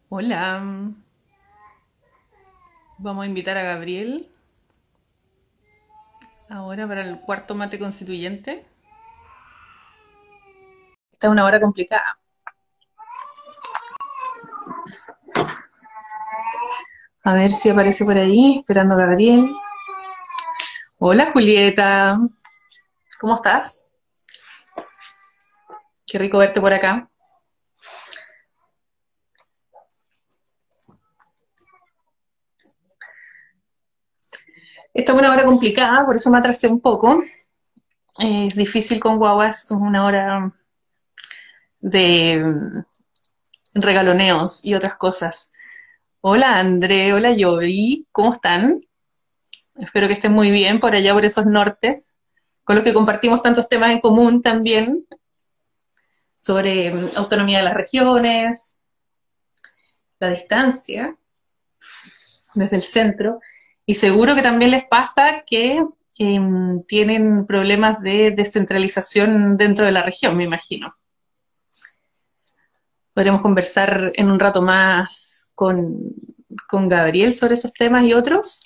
Hola, vamos a invitar a Gabriel ahora para el cuarto mate constituyente. Esta es una hora complicada. A ver si aparece por ahí, esperando a Gabriel. Hola Julieta, ¿cómo estás? Qué rico verte por acá. Esta es una hora complicada, por eso me atrasé un poco. Es difícil con guaguas, es una hora de regaloneos y otras cosas. Hola André, hola Yovi, ¿cómo están? Espero que estén muy bien por allá, por esos nortes, con los que compartimos tantos temas en común también, sobre autonomía de las regiones, la distancia desde el centro, y seguro que también les pasa que tienen problemas de descentralización dentro de la región, me imagino. Podremos conversar en un rato más con Gabriel sobre esos temas y otros.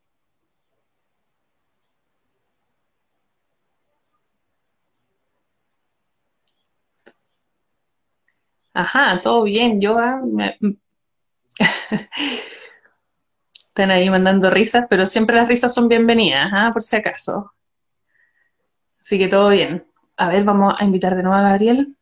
Ajá, todo bien, Joa. Están ahí mandando risas, pero siempre las risas son bienvenidas, ¿ah? Por si acaso. Así que todo bien. A ver, vamos a invitar de nuevo a Gabriel,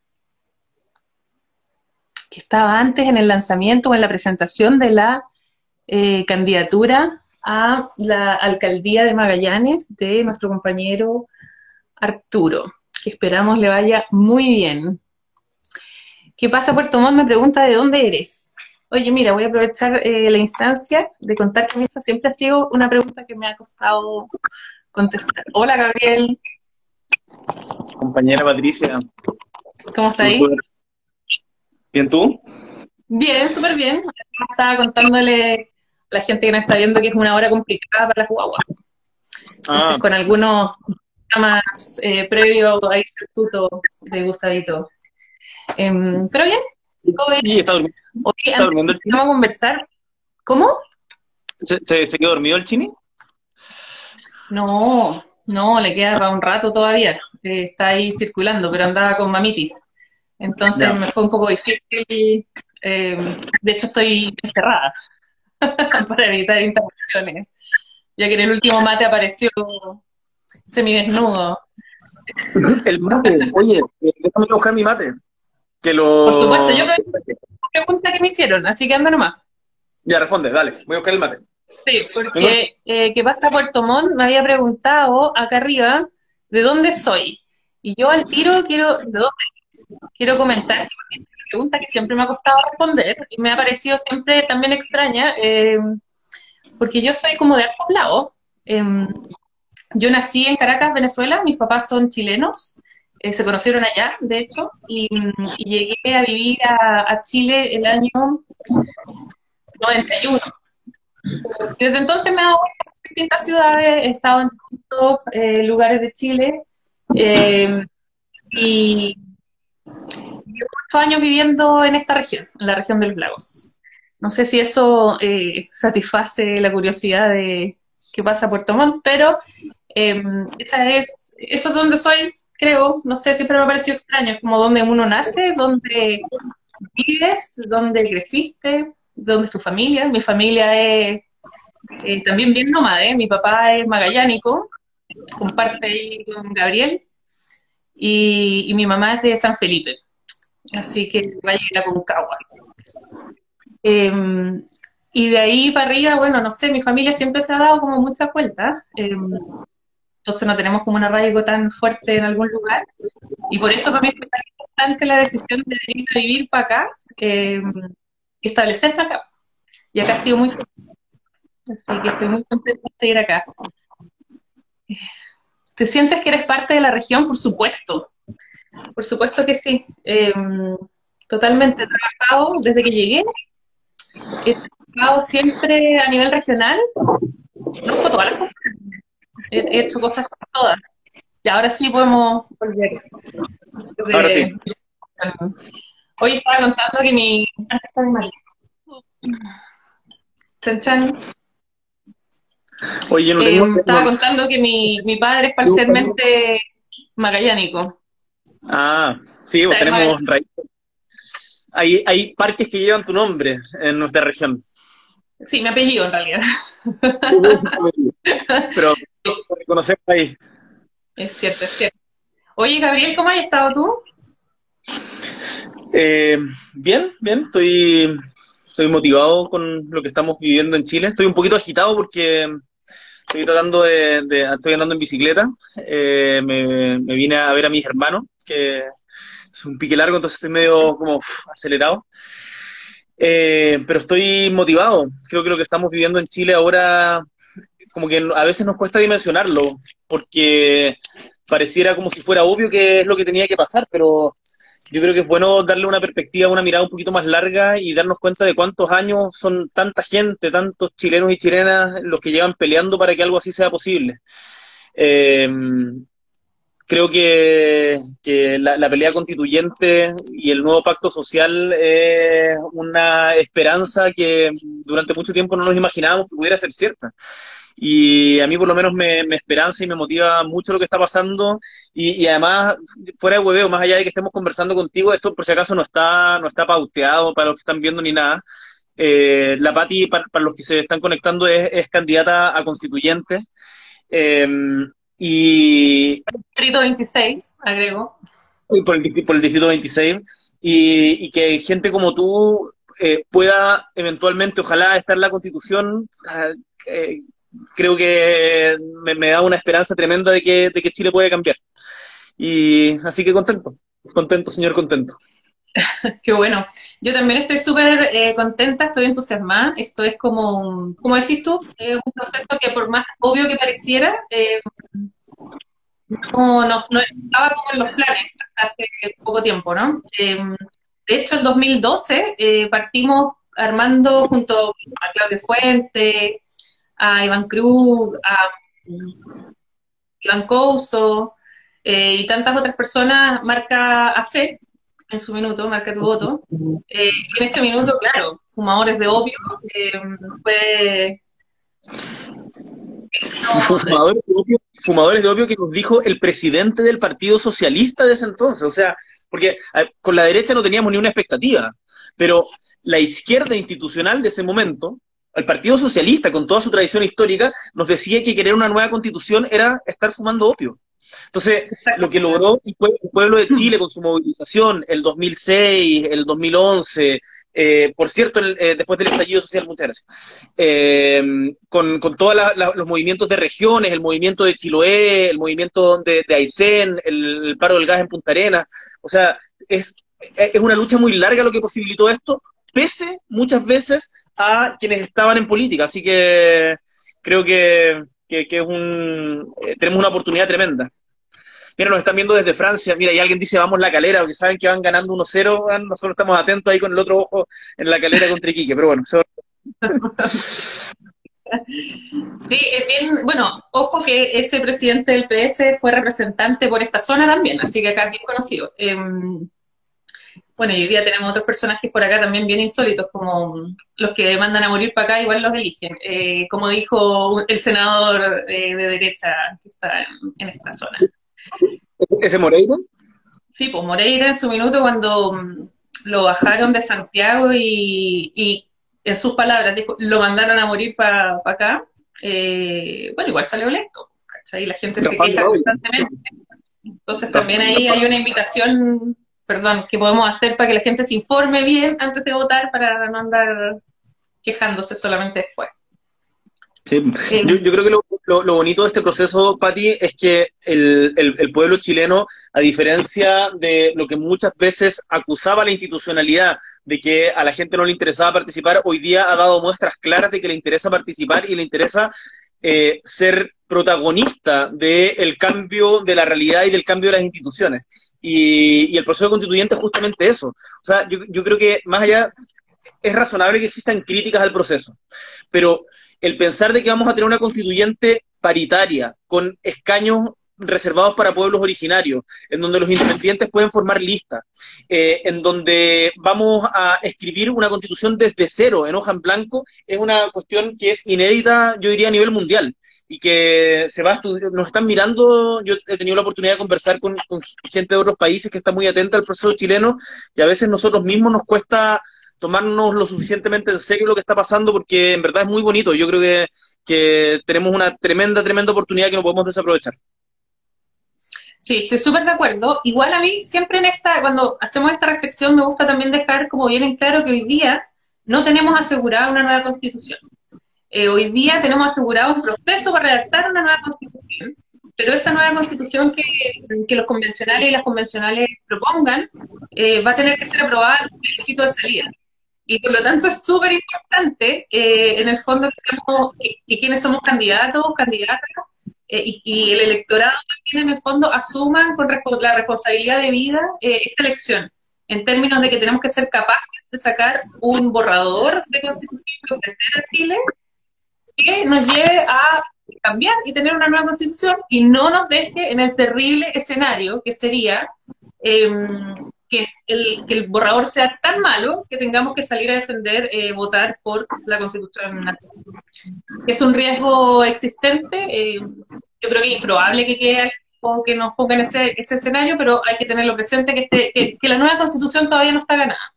que estaba antes en el lanzamiento o en la presentación de la candidatura a la alcaldía de Magallanes de nuestro compañero Arturo, que esperamos le vaya muy bien. ¿Qué pasa, Puerto Montt? Me pregunta de dónde eres. Oye, mira, voy a aprovechar la instancia de contar que esa siempre ha sido una pregunta que me ha costado contestar. Hola, Gabriel, Compañera Patricia, ¿cómo está ahí? súper bien tú. Bien, súper bien. Estaba contándole a la gente que nos está viendo que es una hora complicada para las guaguas. Entonces, Ah, con algunos temas previos a irse al tuto de Gustavito. Pero bien, todo bien. y Oye, está antes durmiendo el de chini. vamos a conversar, ¿cómo? ¿Se quedó dormido el chini? No, no, le queda para un rato todavía. Está ahí circulando, pero andaba con mamitis. Entonces Ya. me fue un poco difícil. De hecho, estoy encerrada para evitar interrupciones, ya que en el último mate apareció semidesnudo. El mate, oye, déjame ir a buscar mi mate. Que Por supuesto, yo lo. creo que es una pregunta que me hicieron, así que anda nomás. Ya, responde, dale, voy a buscar el mate. Sí, Vengo. porque ¿qué pasa Puerto Montt? Me había preguntado acá arriba de dónde soy. Y yo al tiro quiero comentar que es una pregunta que siempre me ha costado responder y me ha parecido siempre también extraña, porque yo soy como de hartos lados. Eh, yo nací en Caracas, Venezuela, mis papás son chilenos, se conocieron allá, de hecho, y llegué a vivir a Chile el año 91. Desde entonces me he dado vueltas por distintas ciudades, he estado en distintos lugares de Chile y llevo 8 años viviendo en esta región, en la región de los lagos. No sé si eso satisface la curiosidad de qué pasa a Puerto Montt, pero eh, eso es donde soy, creo. No sé, siempre me ha parecido extraño, es como donde uno nace, donde vives, donde creciste, donde es tu familia. Mi familia es también bien nómade, mi papá es magallánico, comparte ahí con Gabriel, y mi mamá es de San Felipe, así que Valle de la Concagua. Eh, y de ahí para arriba, bueno, no sé, mi familia siempre se ha dado como muchas vueltas, entonces no tenemos como un arraigo tan fuerte en algún lugar, y por eso para mí fue tan importante la decisión de venir a vivir para acá, y establecerme acá. Y acá ha sido muy feliz, así que estoy muy contenta de seguir acá. ¿Te sientes que eres parte de la región? Por supuesto que sí. Totalmente he trabajado desde que llegué, he trabajado siempre a nivel regional, conozco todas las cosas, he hecho cosas con todas. Y ahora sí podemos volver. Ahora sí. Hoy estaba contando que mi... Ah, está mi marido. Chan, chan. Oye, yo no tengo... Estaba contando que mi padre es parcialmente magallánico. Ah, sí, pues tenemos raíces. Hay parques que llevan tu nombre en nuestra región. Sí, mi apellido en realidad. Pero conocemos ahí. Es cierto, es cierto. Oye, Gabriel, ¿cómo has estado tú? Eh, Bien, bien, estoy motivado con lo que estamos viviendo en Chile. Estoy un poquito agitado porque estoy tratando estoy andando en bicicleta. Me vine a ver a mis hermanos, que es un pique largo, entonces estoy medio como acelerado. Pero estoy motivado. Creo que lo que estamos viviendo en Chile ahora, como que a veces nos cuesta dimensionarlo, porque pareciera como si fuera obvio que es lo que tenía que pasar, pero yo creo que es bueno darle una perspectiva, una mirada un poquito más larga y darnos cuenta de cuántos años son tanta gente, tantos chilenos y chilenas los que llevan peleando para que algo así sea posible. Eh, Creo que la pelea constituyente y el nuevo pacto social es una esperanza que durante mucho tiempo no nos imaginábamos que pudiera ser cierta. Y a mí por lo menos me esperanza y me motiva mucho lo que está pasando. Y además, fuera de hueveo, más allá de que estemos conversando contigo, esto por si acaso no está pauteado para los que están viendo ni nada. La Pati, para los que se están conectando, es candidata a constituyente. Eh, y Distrito 26, agrego. por el distrito 26, y que gente como tú pueda eventualmente, ojalá, estar en la Constitución. eh, Creo que me da una esperanza tremenda de que Chile puede cambiar. Y así que contento, señor, contento. Qué bueno. Yo también estoy súper contenta, estoy entusiasmada. Esto es como, como decís tú, un proceso que por más obvio que pareciera, no estaba como en los planes hasta hace poco tiempo, ¿no? De hecho, en 2012 partimos armando junto a Claudio Fuente, a Iván Cruz, a Iván Couso y tantas otras personas, marca AC, en su minuto, marca tu voto. Y en ese minuto, claro, fumadores de opio, eh, fue... No, Fumadores de opio que nos dijo el presidente del Partido Socialista de ese entonces. O sea, porque con la derecha no teníamos ni una expectativa, pero la izquierda institucional de ese momento, el Partido Socialista, con toda su tradición histórica, nos decía que querer una nueva constitución era estar fumando opio. Entonces, lo que logró el pueblo de Chile con su movilización, el 2006, el 2011, por cierto, después del estallido social, muchas gracias, con todos los movimientos de regiones, el movimiento de Chiloé, el movimiento de Aysén, el paro del gas en Punta Arenas, o sea, es una lucha muy larga lo que posibilitó esto, pese muchas veces a quienes estaban en política, así que creo que tenemos una oportunidad tremenda. Mira, nos están viendo desde Francia. Mira, y alguien dice, vamos La Calera, porque saben que van ganando 1-0. Nosotros estamos atentos ahí con el otro ojo en La Calera contra Iquique. Pero bueno, sí, es bien, bueno, ojo que ese presidente del PS fue representante por esta zona también, así que acá es bien conocido. Bueno, y hoy día tenemos otros personajes por acá también bien insólitos, como los que mandan a morir para acá, igual los eligen. Como dijo el senador de derecha que está en esta zona. ¿ese Moreira? Sí, pues Moreira en su minuto cuando lo bajaron de Santiago y en sus palabras dijo, lo mandaron a morir para acá, bueno, igual salió electo, ¿cachai? La gente se queja constantemente. Entonces también ahí hay una invitación, perdón, que podemos hacer para que la gente se informe bien antes de votar para no andar quejándose solamente después. Sí. Yo creo que lo bonito de este proceso, Pati, es que el pueblo chileno, a diferencia de lo que muchas veces acusaba la institucionalidad de que a la gente no le interesaba participar, hoy día ha dado muestras claras de que le interesa participar y le interesa ser protagonista del cambio de la realidad y del cambio de las instituciones. Y el proceso constituyente es justamente eso. O sea, yo creo que más allá, es razonable que existan críticas al proceso, pero el pensar de que vamos a tener una constituyente paritaria, con escaños reservados para pueblos originarios, en donde los independientes pueden formar listas, en donde vamos a escribir una constitución desde cero, en hoja en blanco, es una cuestión que es inédita, yo diría, a nivel mundial, y que se va a estudiar, nos están mirando, yo he tenido la oportunidad de conversar con gente de otros países que está muy atenta al proceso chileno, y a veces nosotros mismos nos cuesta tomarnos lo suficientemente en serio lo que está pasando, porque en verdad es muy bonito, yo creo que tenemos una tremenda, tremenda oportunidad que no podemos desaprovechar. Sí, estoy súper de acuerdo. Igual a mí siempre cuando hacemos esta reflexión me gusta también dejar como bien en claro que hoy día no tenemos asegurada una nueva constitución. Hoy día tenemos asegurado un proceso para redactar una nueva constitución, pero esa nueva constitución que los convencionales y las convencionales propongan va a tener que ser aprobada en el plebiscito de salida. Y por lo tanto es súper importante, en el fondo, que quienes somos candidatos, candidatas, y el electorado también en el fondo asuman con la responsabilidad de vida esta elección, en términos de que tenemos que ser capaces de sacar un borrador de constitución que ofrecer a Chile que nos lleve a cambiar y tener una nueva constitución y no nos deje en el terrible escenario que sería que el borrador sea tan malo que tengamos que salir a defender, votar por la constitución nacional. Es un riesgo existente, yo creo que es improbable que quede algo que nos ponga en ese escenario, pero hay que tenerlo presente que la nueva constitución todavía no está ganada.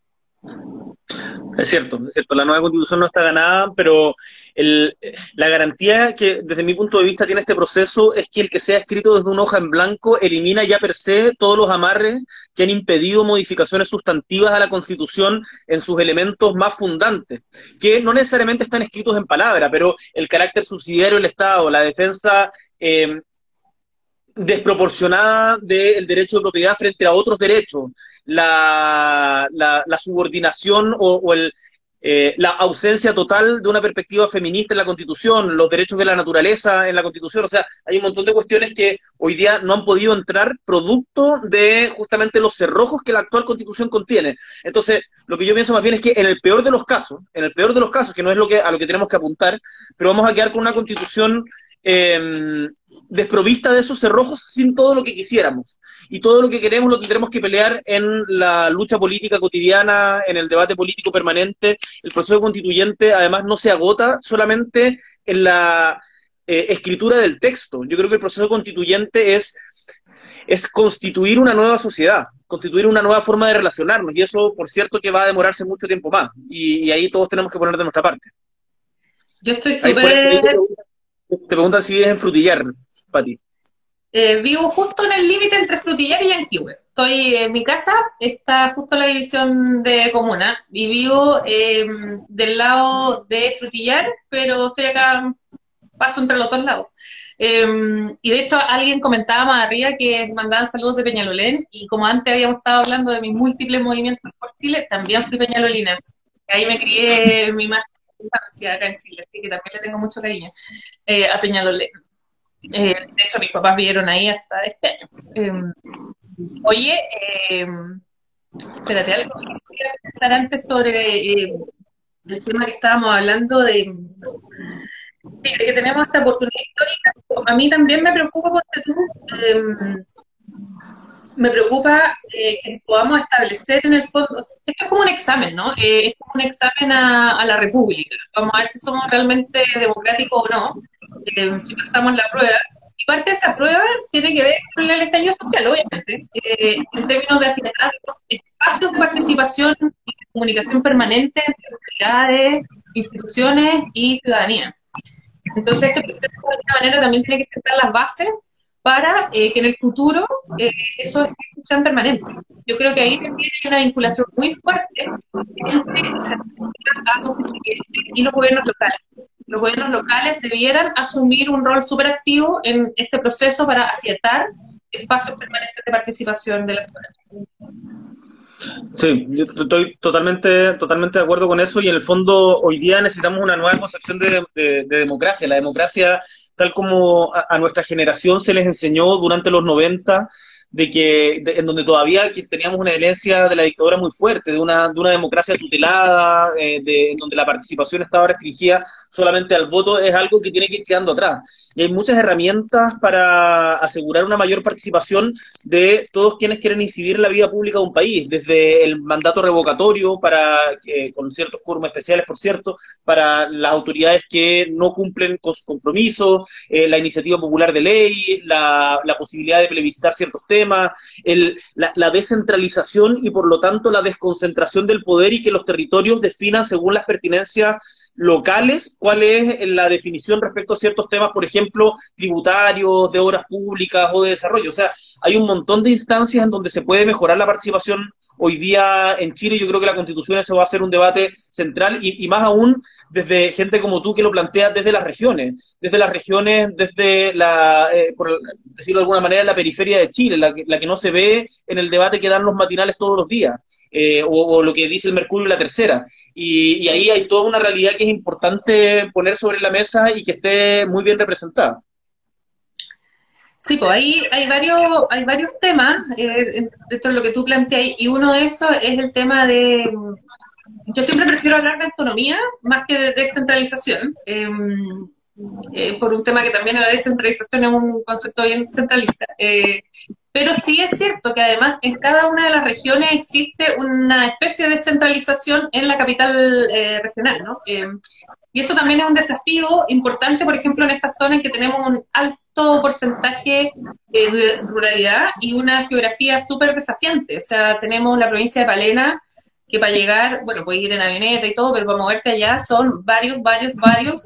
Es cierto, la nueva constitución no está ganada, pero la garantía que desde mi punto de vista tiene este proceso es que el que sea escrito desde una hoja en blanco elimina ya per se todos los amarres que han impedido modificaciones sustantivas a la constitución en sus elementos más fundantes, que no necesariamente están escritos en palabra, pero el carácter subsidiario del Estado, la defensa desproporcionada del derecho de propiedad frente a otros derechos, la subordinación la ausencia total de una perspectiva feminista en la Constitución, los derechos de la naturaleza en la Constitución, o sea, hay un montón de cuestiones que hoy día no han podido entrar producto de justamente los cerrojos que la actual Constitución contiene. Entonces, lo que yo pienso más bien es que en el peor de los casos, que no es a lo que tenemos que apuntar, pero vamos a quedar con una Constitución desprovista de esos cerrojos sin todo lo que quisiéramos. Y todo lo que queremos lo tendremos que pelear en la lucha política cotidiana, en el debate político permanente. El proceso constituyente, además, no se agota solamente en la escritura del texto. Yo creo que el proceso constituyente es constituir una nueva sociedad, constituir una nueva forma de relacionarnos. Y eso, por cierto, que va a demorarse mucho tiempo más. Y ahí todos tenemos que poner de nuestra parte. Yo estoy súper... Te preguntan si vives en Frutillar, Pati. Vivo justo en el límite entre Frutillar y Yanquihue. Mi casa está justo en la división de comuna y vivo del lado de Frutillar, pero estoy acá, paso entre los dos lados. Y de hecho alguien comentaba más arriba que mandaban saludos de Peñalolén, y como antes habíamos estado hablando de mis múltiples movimientos por Chile, también fui peñalolina. Ahí me crié mi más infancia acá en Chile, así que también le tengo mucho cariño a Peñalolén. De hecho, mis papás vivieron ahí hasta este año. Oye, espérate, algo que quería comentar antes sobre el tema que estábamos hablando de que tenemos esta oportunidad histórica. A mí también me preocupa, porque me preocupa que podamos establecer en el fondo, esto es como un examen, ¿no? Es como un examen a la República. Vamos a ver si somos realmente democráticos o no, si pasamos la prueba. Y parte de esa prueba tiene que ver con el estallido social, obviamente, en términos de afinar espacios de participación y de comunicación permanente entre autoridades, instituciones y ciudadanía. Entonces, este proceso, de alguna manera, también tiene que sentar las bases para que en el futuro esos espacios sean permanentes. Yo creo que ahí también hay una vinculación muy fuerte entre las constituyentes y los gobiernos locales. Los gobiernos locales debieran asumir un rol súper activo en este proceso para afiatar espacios permanentes de participación de la ciudadanía. Sí, yo estoy totalmente de acuerdo con eso, y en el fondo hoy día necesitamos una nueva concepción de democracia. La democracia, tal como a nuestra generación se les enseñó durante los 90, en donde todavía teníamos una herencia de la dictadura muy fuerte, de una democracia tutelada, en donde la participación estaba restringida solamente al voto, es algo que tiene que ir quedando atrás. Y hay muchas herramientas para asegurar una mayor participación de todos quienes quieren incidir en la vida pública de un país, desde el mandato revocatorio, con ciertos quórums especiales, por cierto, para las autoridades que no cumplen con sus compromisos, la iniciativa popular de ley, la posibilidad de plebiscitar ciertos temas, la descentralización y por lo tanto la desconcentración del poder y que los territorios definan según las pertinencias locales cuál es la definición respecto a ciertos temas, por ejemplo, tributarios, de obras públicas o de desarrollo. O sea, hay un montón de instancias en donde se puede mejorar la participación hoy día en Chile. Yo creo que la Constitución eso va a ser un debate central y más aún desde gente como tú que lo plantea desde las regiones, desde por decirlo de alguna manera, la periferia de Chile, la que no se ve en el debate que dan los matinales todos los días, o lo que dice el Mercurio y la Tercera. Y ahí hay toda una realidad que es importante poner sobre la mesa y que esté muy bien representada. Sí, pues ahí hay varios temas dentro de lo que tú planteas, y uno de esos es el tema de... Yo siempre prefiero hablar de autonomía más que de descentralización, por un tema que también la descentralización es un concepto bien centralista. Pero sí es cierto que además en cada una de las regiones existe una especie de descentralización en la capital regional, ¿no? Y eso también es un desafío importante, por ejemplo, en esta zona en que tenemos un alto porcentaje de ruralidad y una geografía súper desafiante. O sea, tenemos la provincia de Palena, que para llegar, bueno, puedes ir en avioneta y todo, pero para moverte allá son varias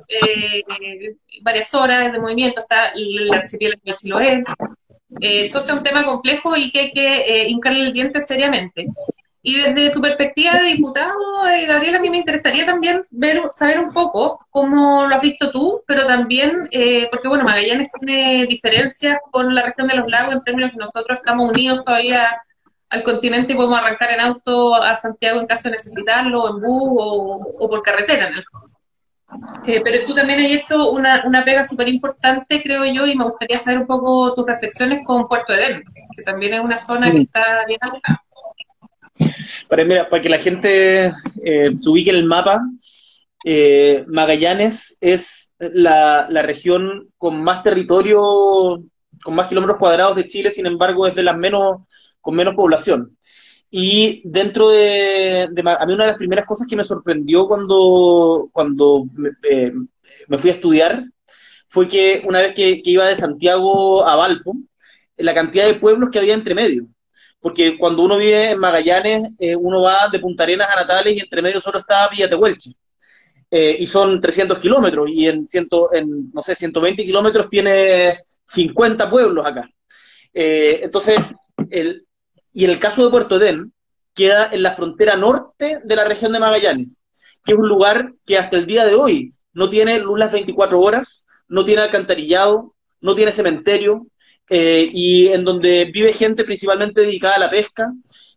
horas de movimiento. Está el archipiélago de Chiloé. Entonces es un tema complejo y que hay que hincarle el diente seriamente. Y desde tu perspectiva de diputado, Gabriel, a mí me interesaría también saber un poco cómo lo has visto tú, pero también, porque bueno, Magallanes tiene diferencias con la región de los lagos en términos que nosotros estamos unidos todavía al continente y podemos arrancar en auto a Santiago en caso de necesitarlo, o en bus o por carretera, en el fondo. Pero tú también has hecho una pega súper importante, creo yo, y me gustaría saber un poco tus reflexiones con Puerto Edén, que también es una zona que está bien alejada. Para que la gente se ubique en el mapa, Magallanes es la región con más territorio, con más kilómetros cuadrados de Chile, sin embargo es de las con menos población. Y dentro a mí una de las primeras cosas que me sorprendió cuando me fui a estudiar fue que una vez que iba de Santiago a Valpo, la cantidad de pueblos que había entre medio. Porque cuando uno vive en Magallanes, uno va de Punta Arenas a Natales y entre medio solo está Villa Tehuelche. Y son 300 kilómetros y no sé, 120 kilómetros tiene 50 pueblos acá. Entonces, y en el caso de Puerto Edén, queda en la frontera norte de la región de Magallanes, que es un lugar que hasta el día de hoy no tiene luz las 24 horas, no tiene alcantarillado, no tiene cementerio, y en donde vive gente principalmente dedicada a la pesca,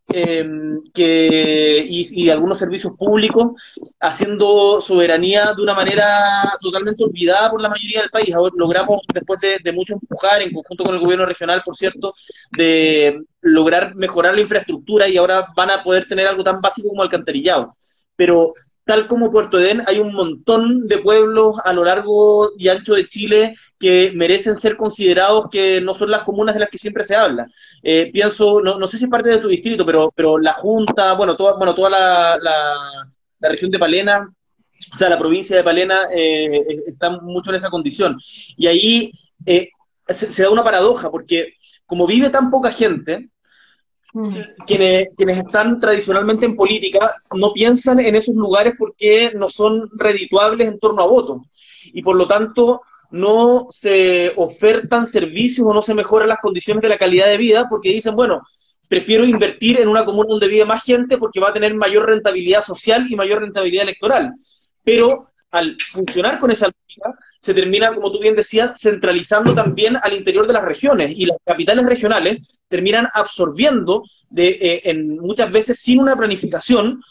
y algunos servicios públicos, haciendo soberanía de una manera totalmente olvidada por la mayoría del país. Ahora logramos, después de mucho empujar, en conjunto con el gobierno regional, por cierto, de lograr mejorar la infraestructura y ahora van a poder tener algo tan básico como alcantarillado. Pero tal como Puerto Edén, hay un montón de pueblos a lo largo y ancho de Chile que merecen ser considerados, que no son las comunas de las que siempre se habla. Pienso, no sé si es parte de tu distrito, pero La Junta, toda la región de Palena, o sea, la provincia de Palena, está mucho en esa condición. Y ahí se da una paradoja, porque como vive tan poca gente, quienes están tradicionalmente en política no piensan en esos lugares porque no son redituables en torno a votos, y por lo tanto no se ofertan servicios o no se mejoran las condiciones de la calidad de vida, porque dicen, bueno, prefiero invertir en una comuna donde vive más gente porque va a tener mayor rentabilidad social y mayor rentabilidad electoral. Pero al funcionar con esa lógica, se termina, como tú bien decías, centralizando también al interior de las regiones, y las capitales regionales terminan absorbiendo, muchas veces sin una planificación,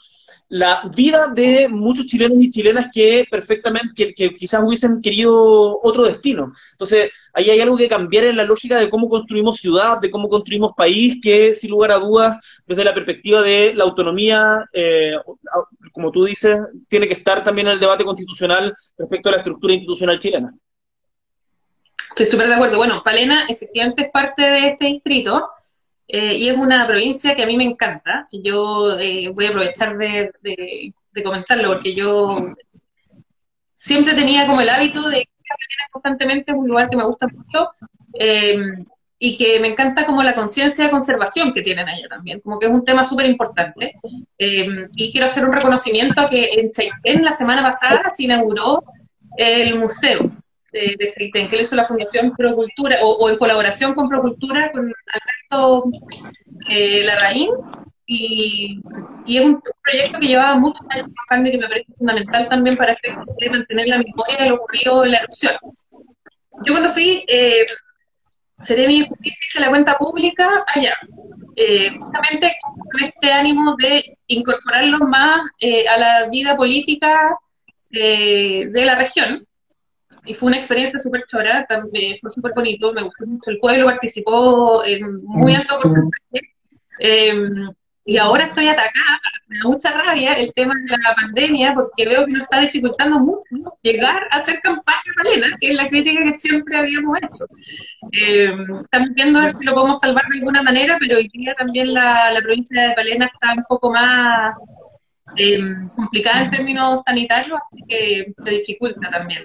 la vida de muchos chilenos y chilenas que perfectamente, que quizás hubiesen querido otro destino. Entonces, ahí hay algo que cambiar en la lógica de cómo construimos ciudad, de cómo construimos país, que sin lugar a dudas, desde la perspectiva de la autonomía, como tú dices, tiene que estar también en el debate constitucional respecto a la estructura institucional chilena. Estoy súper de acuerdo. Bueno, Palena efectivamente es parte de este distrito y es una provincia que a mí me encanta. Yo voy a aprovechar de comentarlo porque yo siempre tenía como el hábito de ir a Palena constantemente, es un lugar que me gusta mucho eh, y que me encanta como la conciencia de conservación que tienen allá también, como que es un tema súper importante. Y quiero hacer un reconocimiento a que en Chaitén la semana pasada se inauguró el museo de Chaitén, que le hizo la Fundación Procultura, o en colaboración con Procultura, con Alberto Larraín, y es un proyecto que llevaba muchos años trabajando y que me parece fundamental también para mantener la memoria de lo ocurrido en la erupción. Yo cuando fui, Seremi de Justicia hice la cuenta pública allá, justamente con este ánimo de incorporarlos más a la vida política de la región. Y fue una experiencia súper chora, también fue súper bonito, me gustó mucho. El pueblo participó en muy alto porcentaje. Y ahora estoy atacada, me da mucha rabia el tema de la pandemia, porque veo que nos está dificultando mucho, ¿no?, llegar a hacer campaña Palena, que es la crítica que siempre habíamos hecho. Estamos viendo a ver si lo podemos salvar de alguna manera, pero hoy día también la provincia de Palena está un poco más complicada en términos sanitarios, así que se dificulta también.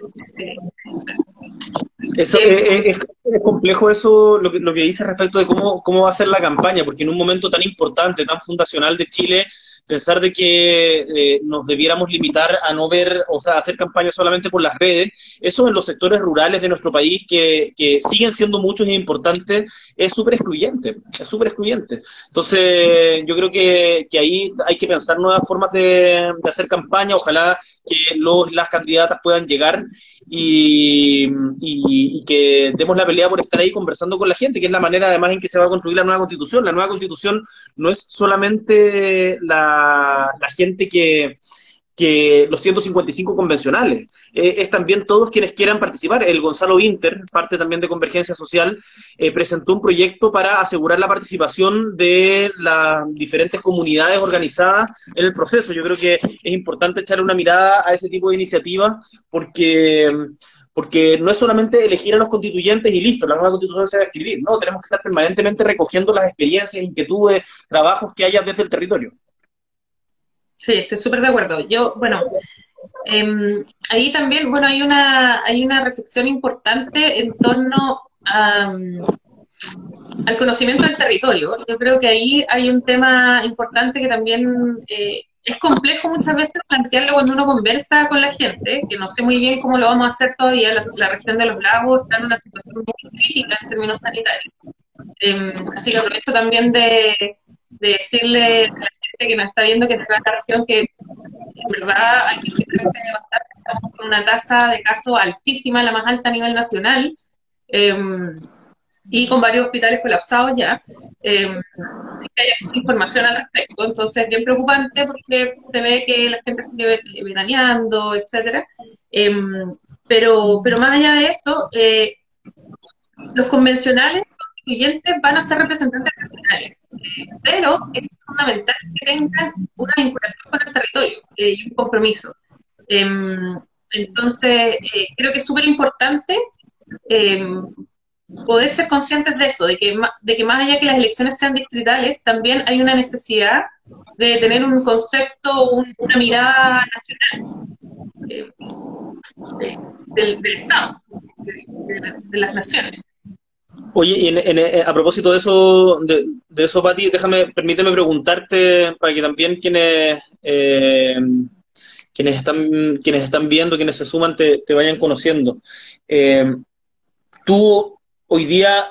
Es complejo eso, lo que dice respecto de cómo va a ser la campaña, porque en un momento tan importante, tan fundacional de Chile, pensar de que nos debiéramos limitar a no ver, o sea, hacer campaña solamente por las redes, eso en los sectores rurales de nuestro país, que siguen siendo muchos e importantes, es súper excluyente, es súper excluyente. Entonces, yo creo que ahí hay que pensar nuevas formas de hacer campaña, ojalá que las candidatas puedan llegar y que demos la pelea por estar ahí conversando con la gente, que es la manera además en que se va a construir la nueva constitución. La nueva constitución no es solamente la gente que los 155 convencionales, es también todos quienes quieran participar. El Gonzalo Winter, parte también de Convergencia Social, presentó un proyecto para asegurar la participación de las diferentes comunidades organizadas en el proceso. Yo creo que es importante echarle una mirada a ese tipo de iniciativas porque no es solamente elegir a los constituyentes y listo, la nueva constitución se va a escribir, no, tenemos que estar permanentemente recogiendo las experiencias, inquietudes, trabajos que haya desde el territorio. Sí, estoy súper de acuerdo. Yo, bueno, ahí también, bueno, hay una reflexión importante en torno al conocimiento del territorio. Yo creo que ahí hay un tema importante que también es complejo muchas veces plantearlo cuando uno conversa con la gente, que no sé muy bien cómo lo vamos a hacer todavía. La región de los lagos está en una situación muy crítica en términos sanitarios. Así que aprovecho también de decirle a la gente que nos está viendo que está en la región que en verdad hay que cuidarse bastante. Estamos con una tasa de casos altísima, la más alta a nivel nacional, y con varios hospitales colapsados ya. Que haya mucha información al respecto, entonces bien preocupante porque se ve que la gente sigue veraneando, etcétera. Pero más allá de eso, los convencionales constituyentes van a ser representantes nacionales, pero es fundamental que tengan una vinculación con el territorio y un compromiso. Entonces, creo que es súper importante poder ser conscientes de eso, de que más allá que las elecciones sean distritales, también hay una necesidad de tener un concepto, una mirada nacional del Estado, de las naciones. Oye, y a propósito de eso, Pati, permíteme preguntarte para que también quienes están viendo, quienes se suman, te vayan conociendo. Tú hoy día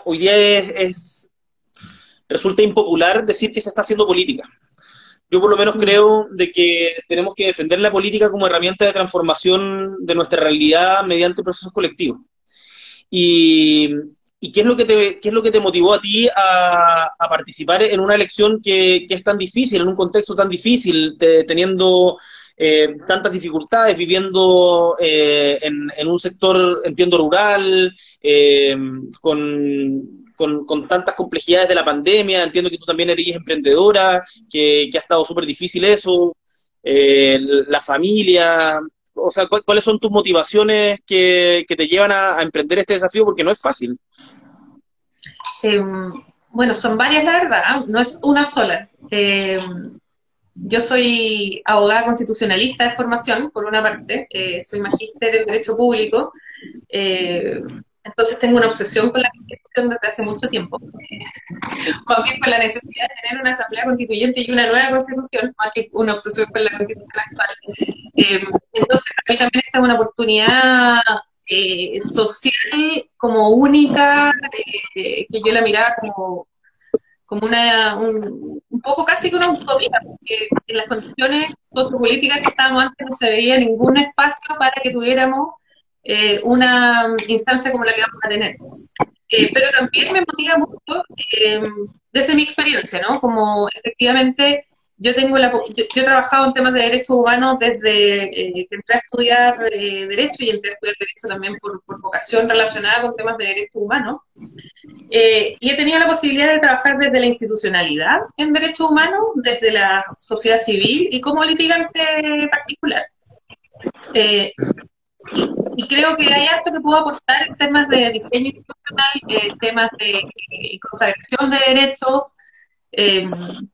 resulta impopular decir que se está haciendo política. Yo por lo menos creo de que tenemos que defender la política como herramienta de transformación de nuestra realidad mediante procesos colectivos. Y ¿Y qué es lo que te motivó a ti a participar en una elección que es tan difícil, en un contexto tan difícil, teniendo tantas dificultades, viviendo en un sector, entiendo, rural, con tantas complejidades de la pandemia? Entiendo que tú también eres emprendedora, que ha estado súper difícil eso, la familia. O sea, ¿cuáles son tus motivaciones que te llevan a emprender este desafío? Porque no es fácil. Eh, bueno, son varias, la verdad, no es una sola. Yo soy abogada constitucionalista de formación, por una parte, soy magíster en Derecho Público, eh, entonces tengo una obsesión con la Constitución desde hace mucho tiempo, más bien con la necesidad de tener una asamblea constituyente y una nueva Constitución, más que una obsesión con la Constitución actual. Eh, entonces, para mí también esta es una oportunidad social como única, que yo la miraba como un poco casi que una utopía, porque en las condiciones sociopolíticas que estábamos antes no se veía ningún espacio para que tuviéramos una instancia como la que vamos a tener. Pero también me motiva mucho desde mi experiencia, ¿no? Como efectivamente yo he trabajado en temas de derechos humanos desde que entré a estudiar Derecho, y entré a estudiar Derecho también por vocación relacionada con temas de derechos humanos. Y he tenido la posibilidad de trabajar desde la institucionalidad en derechos humanos, desde la sociedad civil y como litigante particular. Eh, y creo que hay harto que puedo aportar en temas de diseño institucional, temas de consagración de derechos, eh,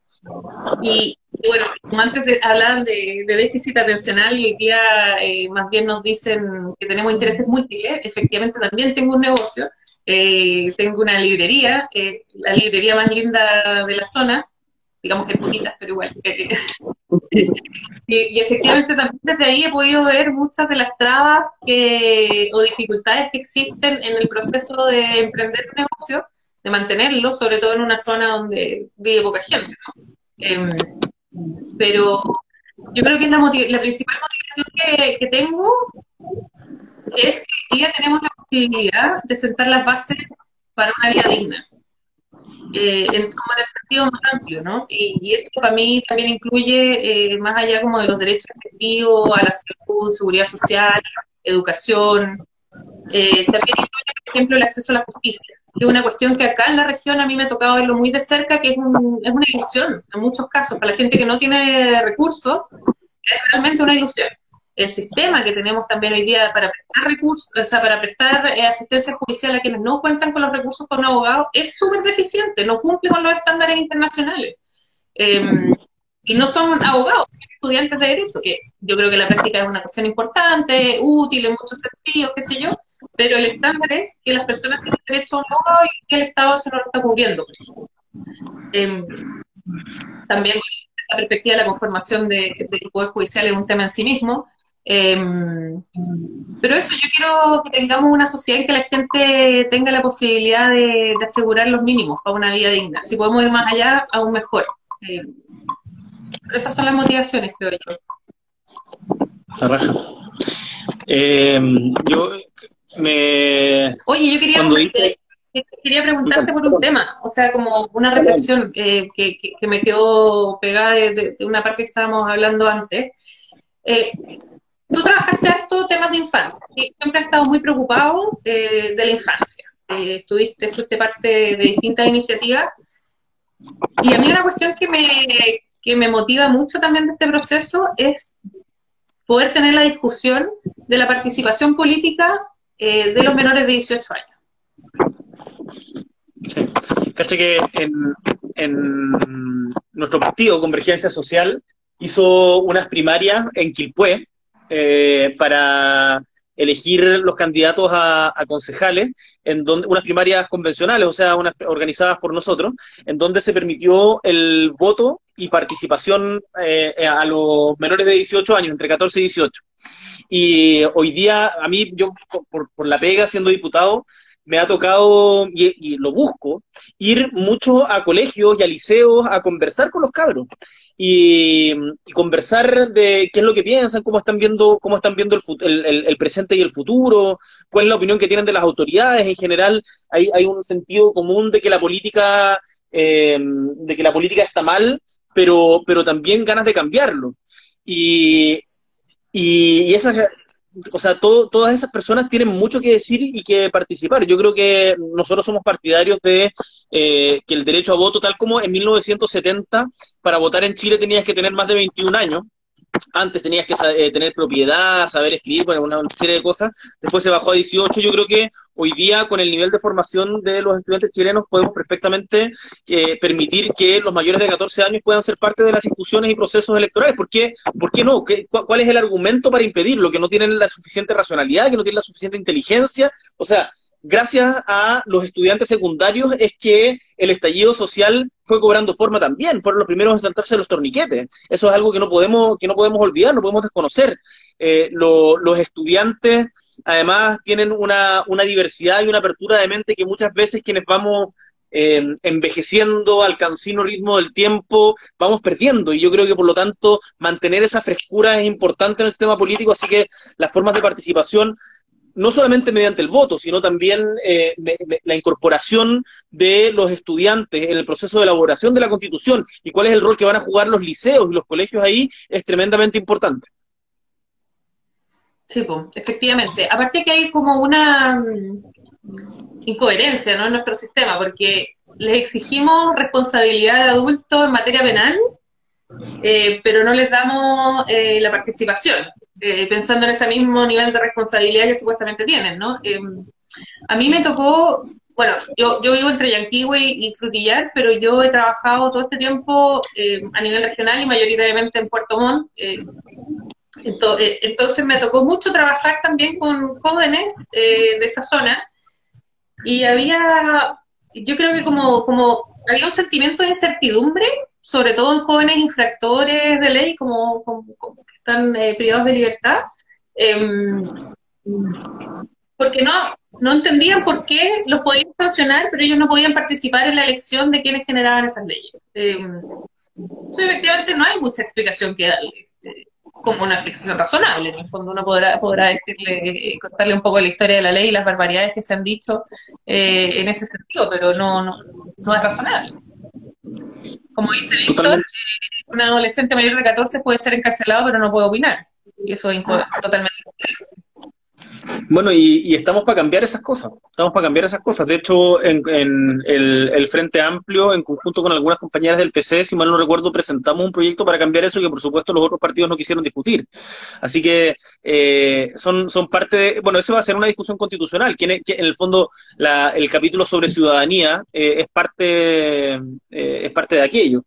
y bueno, como antes hablaban de déficit atencional, y hoy día más bien nos dicen que tenemos intereses múltiples. Efectivamente también tengo un negocio, tengo una librería, la librería más linda de la zona, digamos que es poquitas, pero igual. Y efectivamente también desde ahí he podido ver muchas de las trabas o dificultades que existen en el proceso de emprender un negocio, de mantenerlo, sobre todo en una zona donde vive poca gente, ¿no? Pero yo creo que es la principal motivación que tengo es que hoy día tenemos la posibilidad de sentar las bases para una vida digna, como en el sentido más amplio, ¿no? Y esto para mí también incluye, más allá como de los derechos efectivos a la salud, seguridad social, educación, también incluye, por ejemplo, el acceso a la justicia, que es una cuestión que acá en la región a mí me ha tocado verlo muy de cerca, que es una ilusión en muchos casos. Para la gente que no tiene recursos, es realmente una ilusión. El sistema que tenemos también hoy día para prestar recursos, o sea, para prestar asistencia judicial a quienes no cuentan con los recursos con un abogado, es súper deficiente, no cumple con los estándares internacionales. Y no son abogados, son estudiantes de derecho, que yo creo que la práctica es una cuestión importante, útil en muchos sentidos, qué sé yo, pero el estándar es que las personas tienen derecho a un abogado y que el Estado se lo está cubriendo, por ejemplo. También la perspectiva de la conformación del Poder Judicial es un tema en sí mismo. Pero eso, yo quiero que tengamos una sociedad en que la gente tenga la posibilidad de asegurar los mínimos para una vida digna. Si podemos ir más allá, aún mejor. Pero esas son las motivaciones, creo yo. La raja. Yo me... Oye, yo quería preguntarte por un tema, o sea, como una reflexión que me quedó pegada de una parte que estábamos hablando antes. Tú trabajaste harto temas de infancia, y siempre has estado muy preocupado de la infancia. Fuiste parte de distintas iniciativas, y a mí una cuestión que me motiva mucho también de este proceso es poder tener la discusión de la participación política de los menores de 18 años. Sí. Caché que en nuestro partido, Convergencia Social, hizo unas primarias en Quilpué para elegir los candidatos a concejales, unas primarias convencionales, o sea, unas organizadas por nosotros, en donde se permitió el voto y participación a los menores de 18 años, entre 14 y 18. Y hoy día, a mí, yo por la pega, siendo diputado, me ha tocado, y lo busco, ir mucho a colegios y a liceos a conversar con los cabros. Y conversar de qué es lo que piensan, cómo están viendo el presente y el futuro, cuál es la opinión que tienen de las autoridades. En general, hay un sentido común de que la política está mal, pero también ganas de cambiarlo. Y, y esas, o sea, todas esas personas tienen mucho que decir y que participar. Yo creo que nosotros somos partidarios de que el derecho a voto, tal como en 1970, para votar en Chile tenías que tener más de 21 años. Antes tenías que tener propiedad, saber escribir, bueno, una serie de cosas. Después se bajó a 18. Yo creo que hoy día, con el nivel de formación de los estudiantes chilenos, podemos perfectamente permitir que los mayores de 14 años puedan ser parte de las discusiones y procesos electorales. ¿Por qué no? ¿Cuál es el argumento para impedirlo? ¿Que no tienen la suficiente racionalidad? ¿Que no tienen la suficiente inteligencia? O sea, gracias a los estudiantes secundarios es que el estallido social fue cobrando forma también, fueron los primeros en saltarse los torniquetes. Eso es algo que no podemos olvidar, no podemos desconocer. Los estudiantes, además, tienen una diversidad y una apertura de mente que muchas veces quienes vamos envejeciendo al cansino ritmo del tiempo, vamos perdiendo, y yo creo que por lo tanto mantener esa frescura es importante en el sistema político, así que las formas de participación, no solamente mediante el voto, sino también la incorporación de los estudiantes en el proceso de elaboración de la Constitución y cuál es el rol que van a jugar los liceos y los colegios ahí, es tremendamente importante. Sí, pues, efectivamente. Aparte que hay como una incoherencia, ¿no?, en nuestro sistema, porque les exigimos responsabilidad al adulto en materia penal, pero no les damos la participación, pensando en ese mismo nivel de responsabilidad que supuestamente tienen, ¿no? A mí me tocó, bueno, yo vivo entre Yanquihue y Frutillar, pero yo he trabajado todo este tiempo a nivel regional y mayoritariamente en Puerto Montt. Entonces me tocó mucho trabajar también con jóvenes de esa zona, y yo creo que como había un sentimiento de incertidumbre, sobre todo en jóvenes infractores de ley, como que están privados de libertad, porque no entendían por qué los podían sancionar, pero ellos no podían participar en la elección de quienes generaban esas leyes. Entonces, efectivamente, no hay mucha explicación que darle, como una explicación razonable. En el fondo uno podrá decirle, contarle un poco la historia de la ley y las barbaridades que se han dicho en ese sentido, pero no es razonable. Como dice Víctor, un adolescente mayor de 14 puede ser encarcelado, pero no puede opinar. Y eso es totalmente incorrecto. Bueno, y estamos para cambiar esas cosas. Estamos para cambiar esas cosas. De hecho, en el Frente Amplio, en conjunto con algunas compañeras del PC, si mal no recuerdo, presentamos un proyecto para cambiar eso que, por supuesto, los otros partidos no quisieron discutir. Así que son parte de... Bueno, eso va a ser una discusión constitucional, que en el fondo el capítulo sobre ciudadanía es parte de aquello.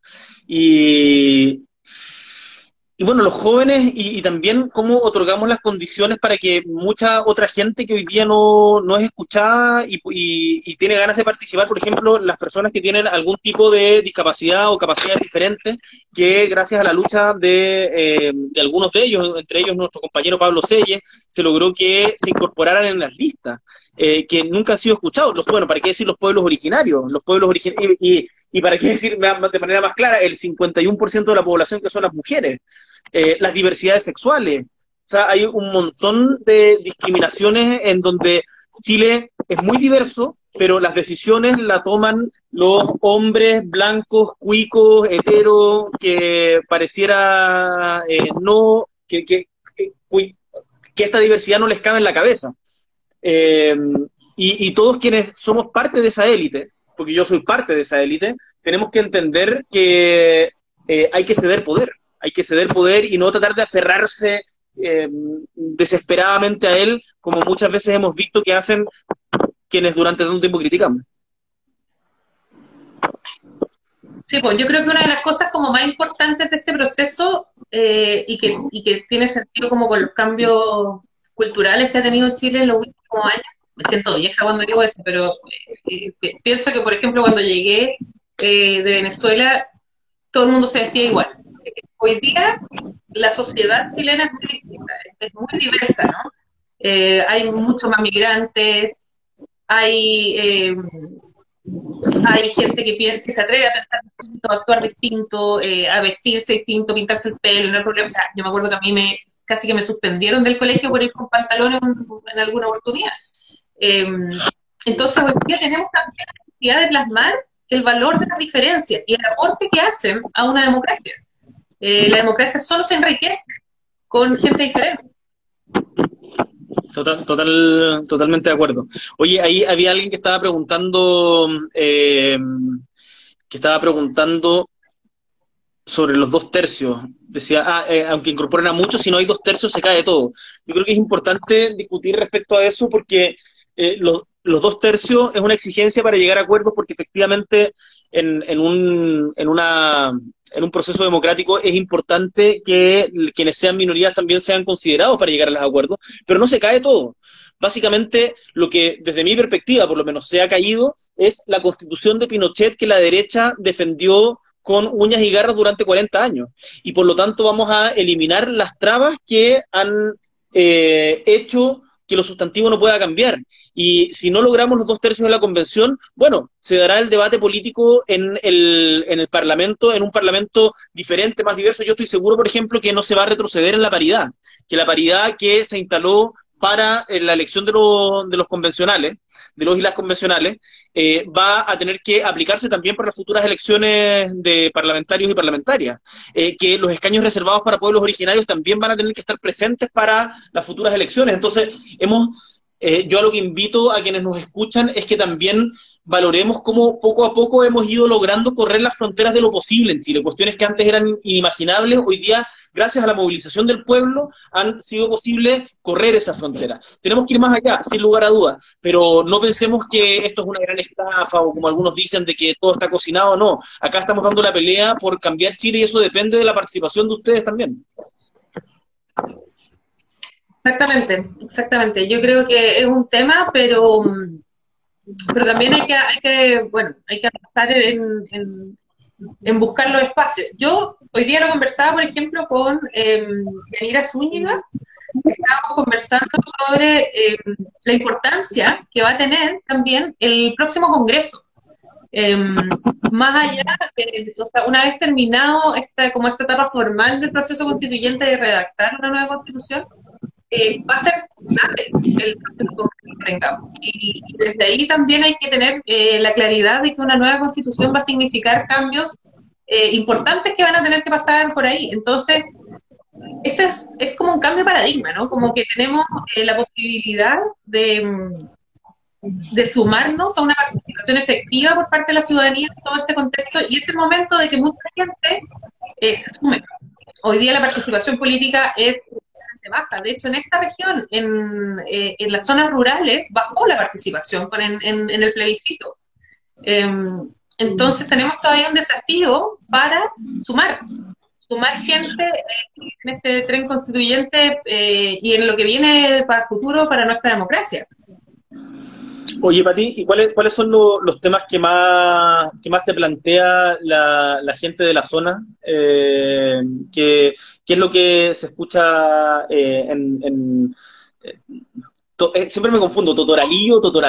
Y bueno, los jóvenes y también cómo otorgamos las condiciones para que mucha otra gente que hoy día no es escuchada y tiene ganas de participar, por ejemplo, las personas que tienen algún tipo de discapacidad o capacidades diferentes, que gracias a la lucha de algunos de ellos, entre ellos nuestro compañero Pablo Selles, se logró que se incorporaran en las listas, que nunca han sido escuchados. Bueno, ¿para qué decir los pueblos originarios? Y para qué decir de manera más clara, el 51% de la población que son las mujeres, las diversidades sexuales. O sea, hay un montón de discriminaciones en donde Chile es muy diverso, pero las decisiones la toman los hombres blancos, cuicos, heteros, que pareciera que esta diversidad no les cabe en la cabeza. Y todos quienes somos parte de esa élite, porque yo soy parte de esa élite, tenemos que entender que hay que ceder poder y no tratar de aferrarse desesperadamente a él, como muchas veces hemos visto que hacen quienes durante tanto tiempo criticamos. Sí, pues yo creo que una de las cosas como más importantes de este proceso y que tiene sentido como con los cambios culturales que ha tenido Chile en los últimos años. Me siento vieja cuando digo eso, pero pienso que, por ejemplo, cuando llegué de Venezuela, todo el mundo se vestía igual. Hoy día la sociedad chilena es muy distinta, es muy diversa, ¿no? Hay muchos más migrantes, hay gente que se atreve a pensar distinto, a actuar distinto, a vestirse distinto, pintarse el pelo, no hay problema. O sea, yo me acuerdo que a mí casi que me suspendieron del colegio por ir con pantalones en alguna oportunidad. Entonces, hoy día tenemos también la necesidad de plasmar el valor de las diferencias y el aporte que hacen a una democracia. La democracia solo se enriquece con gente diferente. Totalmente de acuerdo. Oye, ahí había alguien que estaba preguntando sobre los 2 tercios. Decía, aunque incorporen a muchos, si no hay 2 tercios se cae todo. Yo creo que es importante discutir respecto a eso porque los 2 tercios es una exigencia para llegar a acuerdos porque efectivamente en un proceso democrático es importante que quienes sean minorías también sean considerados para llegar a los acuerdos, pero no se cae todo. Básicamente, lo que desde mi perspectiva, por lo menos, se ha caído es la constitución de Pinochet que la derecha defendió con uñas y garras durante 40 años. Y por lo tanto vamos a eliminar las trabas que han hecho que lo sustantivo no pueda cambiar. Y si no logramos los 2 tercios de la convención, bueno, se dará el debate político en el Parlamento, en un Parlamento diferente, más diverso. Yo estoy seguro, por ejemplo, que no se va a retroceder en la paridad, que la paridad que se instaló para la elección de los convencionales, de los y las convencionales, va a tener que aplicarse también para las futuras elecciones de parlamentarios y parlamentarias, que los escaños reservados para pueblos originarios también van a tener que estar presentes para las futuras elecciones. Entonces, yo a lo que invito a quienes nos escuchan es que también valoremos cómo poco a poco hemos ido logrando correr las fronteras de lo posible en Chile. Cuestiones que antes eran inimaginables, hoy día, gracias a la movilización del pueblo, han sido posible correr esa frontera. Tenemos que ir más allá, sin lugar a dudas, pero no pensemos que esto es una gran estafa o como algunos dicen de que todo está cocinado, no. Acá estamos dando la pelea por cambiar Chile y eso depende de la participación de ustedes también. Exactamente, exactamente. Yo creo que es un tema, pero también hay que avanzar en buscar los espacios. Yo hoy día lo conversaba, por ejemplo, con Yanira Zúñiga. Estábamos conversando sobre la importancia que va a tener también el próximo Congreso. Más allá, o sea, una vez terminado esta etapa formal del proceso constituyente de redactar una nueva constitución, va a ser grande el próximo Congreso que tengamos. Y desde ahí también hay que tener la claridad de que una nueva constitución va a significar cambios importantes que van a tener que pasar por ahí. Entonces, este es como un cambio de paradigma, ¿no? Como que tenemos la posibilidad de sumarnos a una participación efectiva por parte de la ciudadanía en todo este contexto, y es el momento de que mucha gente se sume. Hoy día la participación política es baja. De hecho, en esta región, en las zonas rurales, bajó la participación en el plebiscito. Entonces tenemos todavía un desafío para sumar gente en este tren constituyente y en lo que viene para el futuro para nuestra democracia. Oye, Pati, ¿y cuáles son los temas que más te plantea la gente de la zona? ¿Qué es lo que se escucha siempre me confundo, Totoralillo o Totoral?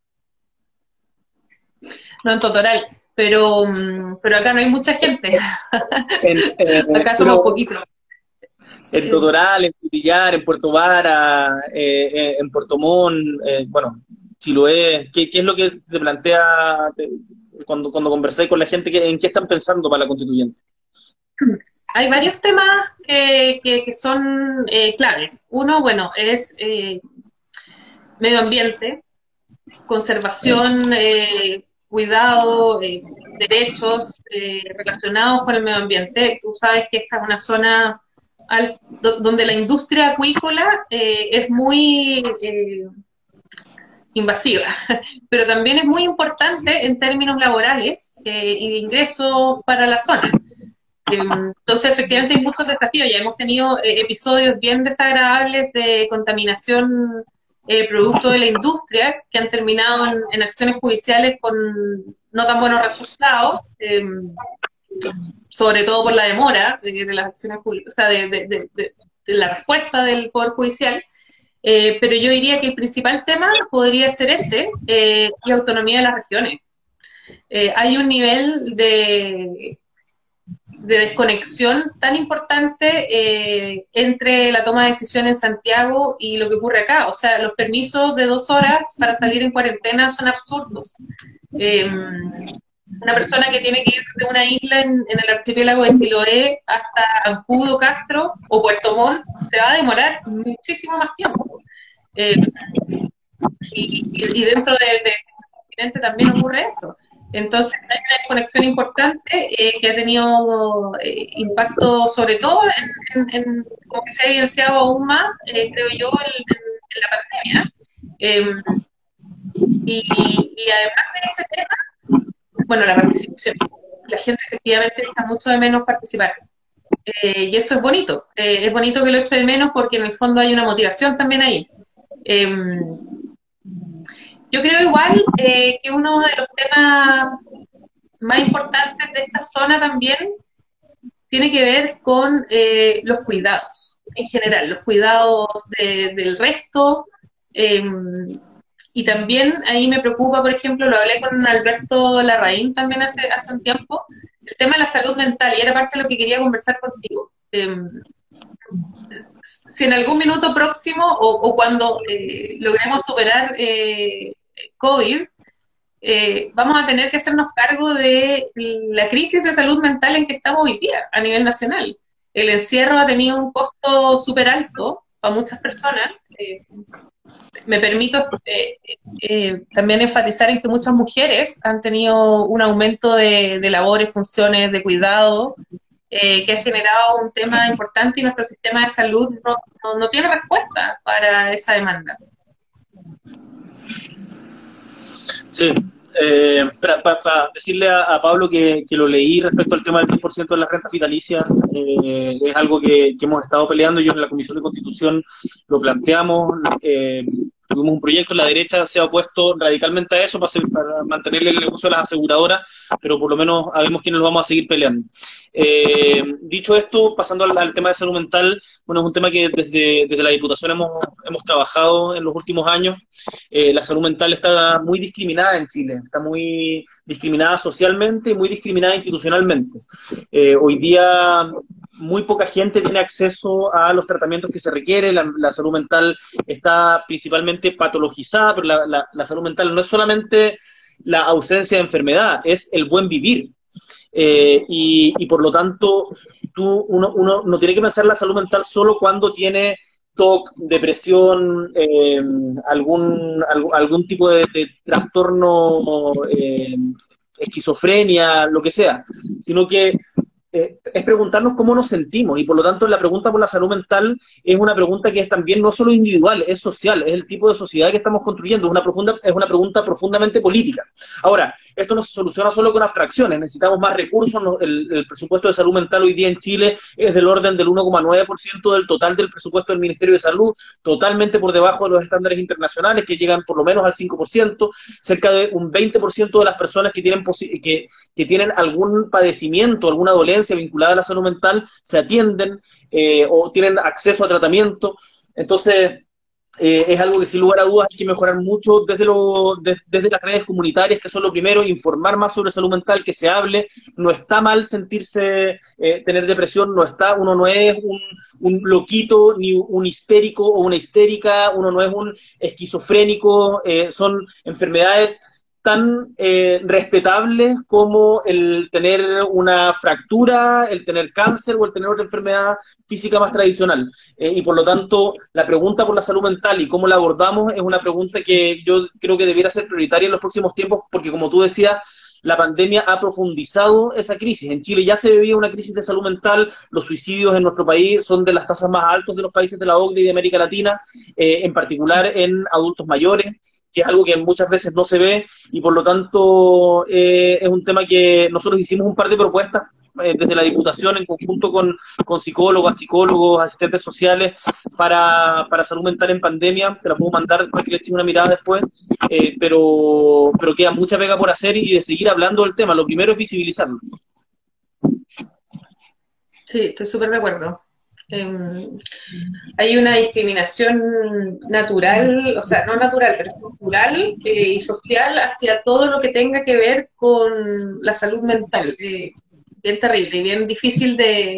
No, en Totoral, pero acá no hay mucha gente. Acá somos poquitos. En Totoral, en Frutillar, en Puerto Vara, en Puerto Montt, bueno, Chiloé, ¿qué es lo que te plantea cuando conversáis con la gente? ¿En qué están pensando para la constituyente? Hay varios temas que son claves. Uno, bueno, es medio ambiente, conservación, cuidado, derechos relacionados con el medio ambiente. Tú sabes que esta es una zona donde la industria acuícola es muy invasiva, pero también es muy importante en términos laborales y de ingresos para la zona. Entonces, efectivamente, hay muchos desafíos. Ya hemos tenido episodios bien desagradables de contaminación producto de la industria que han terminado en acciones judiciales con no tan buenos resultados, sobre todo por la demora de las acciones judiciales, o sea, de la respuesta del Poder Judicial. Pero yo diría que el principal tema podría ser ese, la autonomía de las regiones. Hay un nivel de de desconexión tan importante entre la toma de decisión en Santiago y lo que ocurre acá. O sea, los permisos de 2 horas para salir en cuarentena son absurdos. Una persona que tiene que ir de una isla en el archipiélago de Chiloé hasta Ancud, Castro o Puerto Montt se va a demorar muchísimo más tiempo. Y dentro del continente también ocurre eso. Entonces hay una desconexión importante que ha tenido impacto sobre todo como que se ha evidenciado aún más, creo yo, en la pandemia. Y además de ese tema, bueno, la participación. La gente efectivamente echa mucho de menos participar. Y eso es bonito. Es bonito que lo eche de menos porque en el fondo hay una motivación también ahí. Yo creo igual que uno de los temas más importantes de esta zona también tiene que ver con los cuidados en general, los cuidados del resto. Y también ahí me preocupa, por ejemplo, lo hablé con Alberto Larraín también hace un tiempo, el tema de la salud mental, y era parte de lo que quería conversar contigo. Si en algún minuto próximo o cuando logremos superar COVID, vamos a tener que hacernos cargo de la crisis de salud mental en que estamos hoy día a nivel nacional. El encierro ha tenido un costo súper alto para muchas personas. Me permito también enfatizar en que muchas mujeres han tenido un aumento de labores, funciones, de cuidado, que ha generado un tema importante y nuestro sistema de salud no tiene respuesta para esa demanda. Sí, para decirle a Pablo que lo leí respecto al tema del 10% de las rentas vitalicias, es algo que hemos estado peleando. Yo en la Comisión de Constitución lo planteamos, tuvimos un proyecto, la derecha se ha opuesto radicalmente a eso para mantener el negocio de las aseguradoras, pero por lo menos sabemos quiénes lo vamos a seguir peleando. Dicho esto, pasando al tema de salud mental, bueno, es un tema que desde la Diputación hemos trabajado en los últimos años. La salud mental está muy discriminada en Chile, está muy discriminada socialmente y muy discriminada institucionalmente. Hoy día muy poca gente tiene acceso a los tratamientos que se requiere. La salud mental está principalmente patologizada, pero la salud mental no es solamente la ausencia de enfermedad, es el buen vivir. Y por lo tanto, uno no tiene que pensar la salud mental solo cuando tiene TOC, depresión, algún tipo de trastorno, esquizofrenia, lo que sea, sino que es preguntarnos cómo nos sentimos, y por lo tanto la pregunta por la salud mental es una pregunta que es también no solo individual, es social, es el tipo de sociedad que estamos construyendo, es una pregunta profundamente política. Ahora, esto no se soluciona solo con abstracciones, necesitamos más recursos. El presupuesto de salud mental hoy día en Chile es del orden del 1,9% del total del presupuesto del Ministerio de Salud, totalmente por debajo de los estándares internacionales que llegan por lo menos al 5%, cerca de un 20% de las personas que tienen algún padecimiento, alguna dolencia vinculada a la salud mental, se atienden o tienen acceso a tratamiento. Entonces, es algo que sin lugar a dudas hay que mejorar mucho desde las redes comunitarias, que son lo primero, informar más sobre salud mental, que se hable. No está mal sentirse, tener depresión, uno no es un loquito, ni un histérico o una histérica, uno no es un esquizofrénico, son enfermedades tan respetables como el tener una fractura, el tener cáncer o el tener otra enfermedad física más tradicional. Y por lo tanto, la pregunta por la salud mental y cómo la abordamos es una pregunta que yo creo que debiera ser prioritaria en los próximos tiempos, porque como tú decías, la pandemia ha profundizado esa crisis. En Chile ya se vivía una crisis de salud mental, los suicidios en nuestro país son de las tasas más altas de los países de la OCDE y de América Latina, en particular en adultos mayores, que es algo que muchas veces no se ve, y por lo tanto es un tema que nosotros hicimos un par de propuestas desde la Diputación en conjunto con psicólogos, asistentes sociales para salud mental en pandemia. Te la puedo mandar para que le eches una mirada después, pero queda mucha pega por hacer y de seguir hablando del tema. Lo primero es visibilizarlo. Sí, estoy súper de acuerdo. Hay una discriminación natural, o sea, no natural, pero cultural y social hacia todo lo que tenga que ver con la salud mental. bien terrible y bien difícil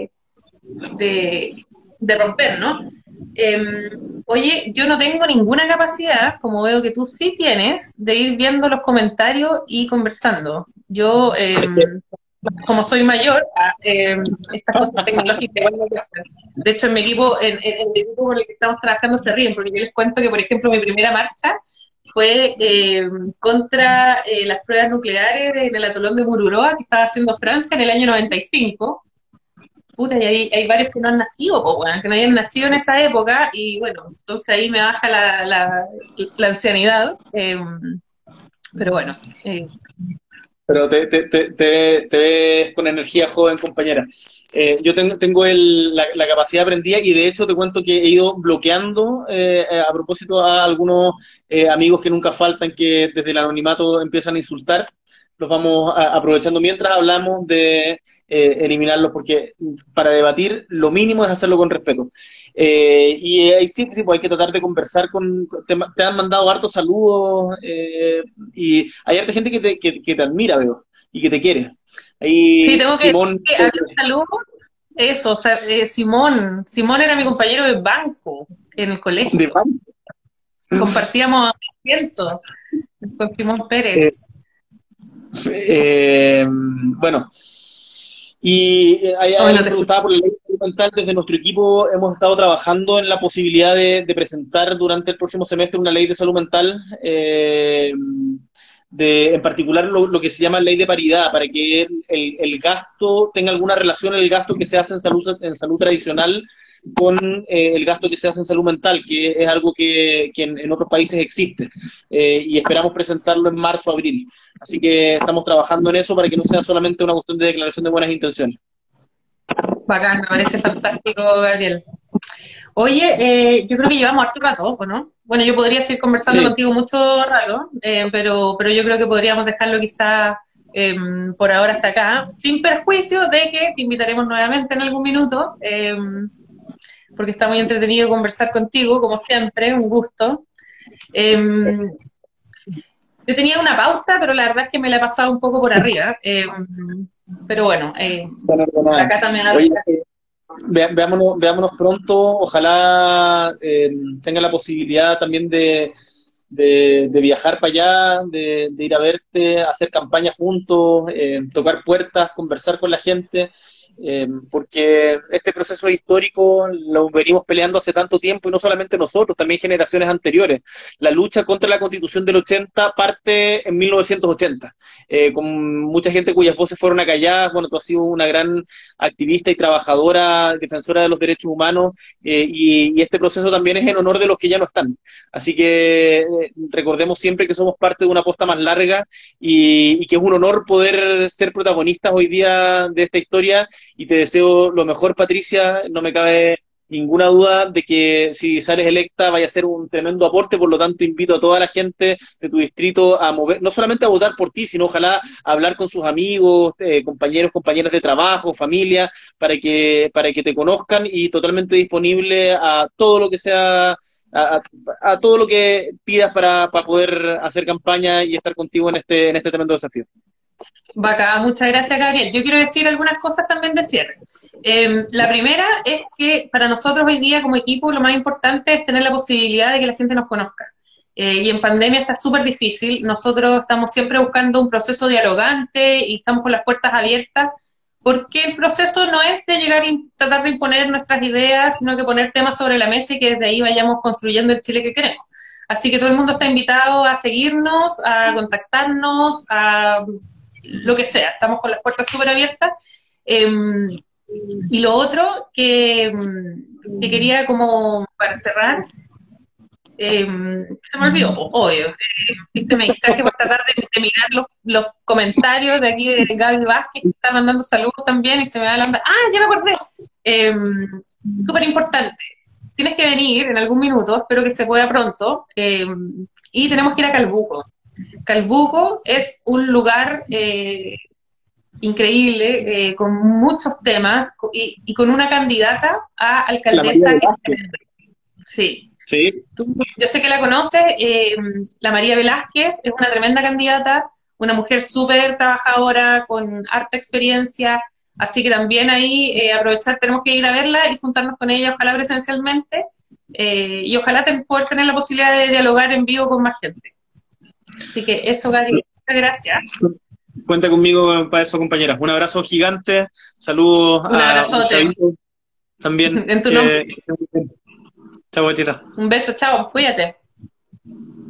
de romper, ¿no? Oye, yo no tengo ninguna capacidad, como veo que tú sí tienes, de ir viendo los comentarios y conversando. Yo, como soy mayor, estas cosas tecnológicas igual me cuestan. De hecho, en mi equipo, en el equipo con el que estamos trabajando se ríen, porque yo les cuento que, por ejemplo, mi primera marcha fue contra las pruebas nucleares en el atolón de Mururoa que estaba haciendo Francia en el año 95. Puta, y hay varios que no han nacido, po, weón, que no habían nacido en esa época, y bueno, entonces ahí me baja la ancianidad, pero bueno. Pero te ves con energía joven, compañera. Yo tengo la capacidad aprendida y de hecho te cuento que he ido bloqueando a propósito a algunos amigos que nunca faltan que desde el anonimato empiezan a insultar. Los vamos aprovechando mientras hablamos de eliminarlos porque para debatir lo mínimo es hacerlo con respeto. Y ahí sí, pues hay que tratar de conversar te han mandado hartos saludos y hay harta gente que te admira, veo, y que te quiere. Sí, Ahí tengo que decir Simón, que a salud, eso, o sea, Simón era mi compañero de banco en el de colegio, compartíamos asiento con Simón eh, Pérez. bueno, y Hoy alguien no me te escucho. preguntaba por la ley de salud mental. Desde nuestro equipo hemos estado trabajando en la posibilidad de presentar durante el próximo semestre una ley de salud mental, en particular lo que se llama ley de paridad, para que el gasto tenga alguna relación el gasto que se hace en salud tradicional con el gasto que se hace en salud mental, que es algo que en otros países existe, y esperamos presentarlo en marzo o abril. Así que estamos trabajando en eso para que no sea solamente una cuestión de declaración de buenas intenciones. Bacán, me parece fantástico, Gabriel. Oye, yo creo que llevamos harto rato, ¿o no? Bueno, yo podría seguir conversando Sí, contigo mucho rato, pero yo creo que podríamos dejarlo quizá por ahora hasta acá, sin perjuicio de que te invitaremos nuevamente en algún minuto, porque está muy entretenido conversar contigo, como siempre, un gusto. Eh, yo tenía una pauta, pero la verdad es que me la he pasado un poco por arriba, pero bueno, bueno, nada. acá también... Oye, veámonos pronto. Ojalá tenga la posibilidad también de viajar para allá, de ir a verte, hacer campaña juntos, tocar puertas, conversar con la gente, porque este proceso histórico lo venimos peleando hace tanto tiempo y no solamente nosotros, también generaciones anteriores. La lucha contra la Constitución del 80 parte en 1980, con mucha gente cuyas voces fueron acalladas. Bueno, tú has sido una gran activista y trabajadora, defensora de los derechos humanos, y este proceso también es en honor de los que ya no están. Así que recordemos siempre que somos parte de una posta más larga y que es un honor poder ser protagonistas hoy día de esta historia, y te deseo lo mejor, Patricia. No me cabe ninguna duda de que si sales electa vaya a ser un tremendo aporte. Por lo tanto, invito a toda la gente de tu distrito a mover, no solamente a votar por ti, sino ojalá a hablar con sus amigos, compañeros, compañeras de trabajo, familia, para que te conozcan, y totalmente disponible a todo lo que sea, a todo lo que pidas para poder hacer campaña y estar contigo en este tremendo desafío. Bacá, muchas gracias, Gabriel. Yo quiero decir algunas cosas también de cierre. La primera es que para nosotros hoy día como equipo lo más importante es tener la posibilidad de que la gente nos conozca. Y en pandemia está súper difícil. Nosotros estamos siempre buscando un proceso dialogante y estamos con las puertas abiertas, porque el proceso no es de llegar y tratar de imponer nuestras ideas, sino que poner temas sobre la mesa y que desde ahí vayamos construyendo el Chile que queremos. Así que todo el mundo está invitado a seguirnos, a contactarnos, a lo que sea, estamos con las puertas súper abiertas. Y lo otro que quería como para cerrar, se me olvidó, obvio, me distraje por tratar de mirar los comentarios de aquí de Gaby Vázquez, que está mandando saludos también y se me va la onda. ¡Ah, ya me acordé! Súper importante. Tienes que venir en algún minuto, espero que se pueda pronto, y tenemos que ir a Calbuco. Calbuco es un lugar increíble, con muchos temas y con una candidata a La María alcaldesa. Velázquez. Sí. Sí. Yo sé que la conoces, la María Velázquez es una tremenda candidata, una mujer súper trabajadora, con harta experiencia, Así que también ahí aprovechar, tenemos que ir a verla y juntarnos con ella, ojalá presencialmente, y ojalá poder tener la posibilidad de dialogar en vivo con más gente. Así que eso, Gary, muchas gracias. Cuenta conmigo para eso, compañera. Un abrazo gigante, saludos Un a abrazote Gustavito también. en tu nombre. Chao, gatita. Un beso, chao, cuídate.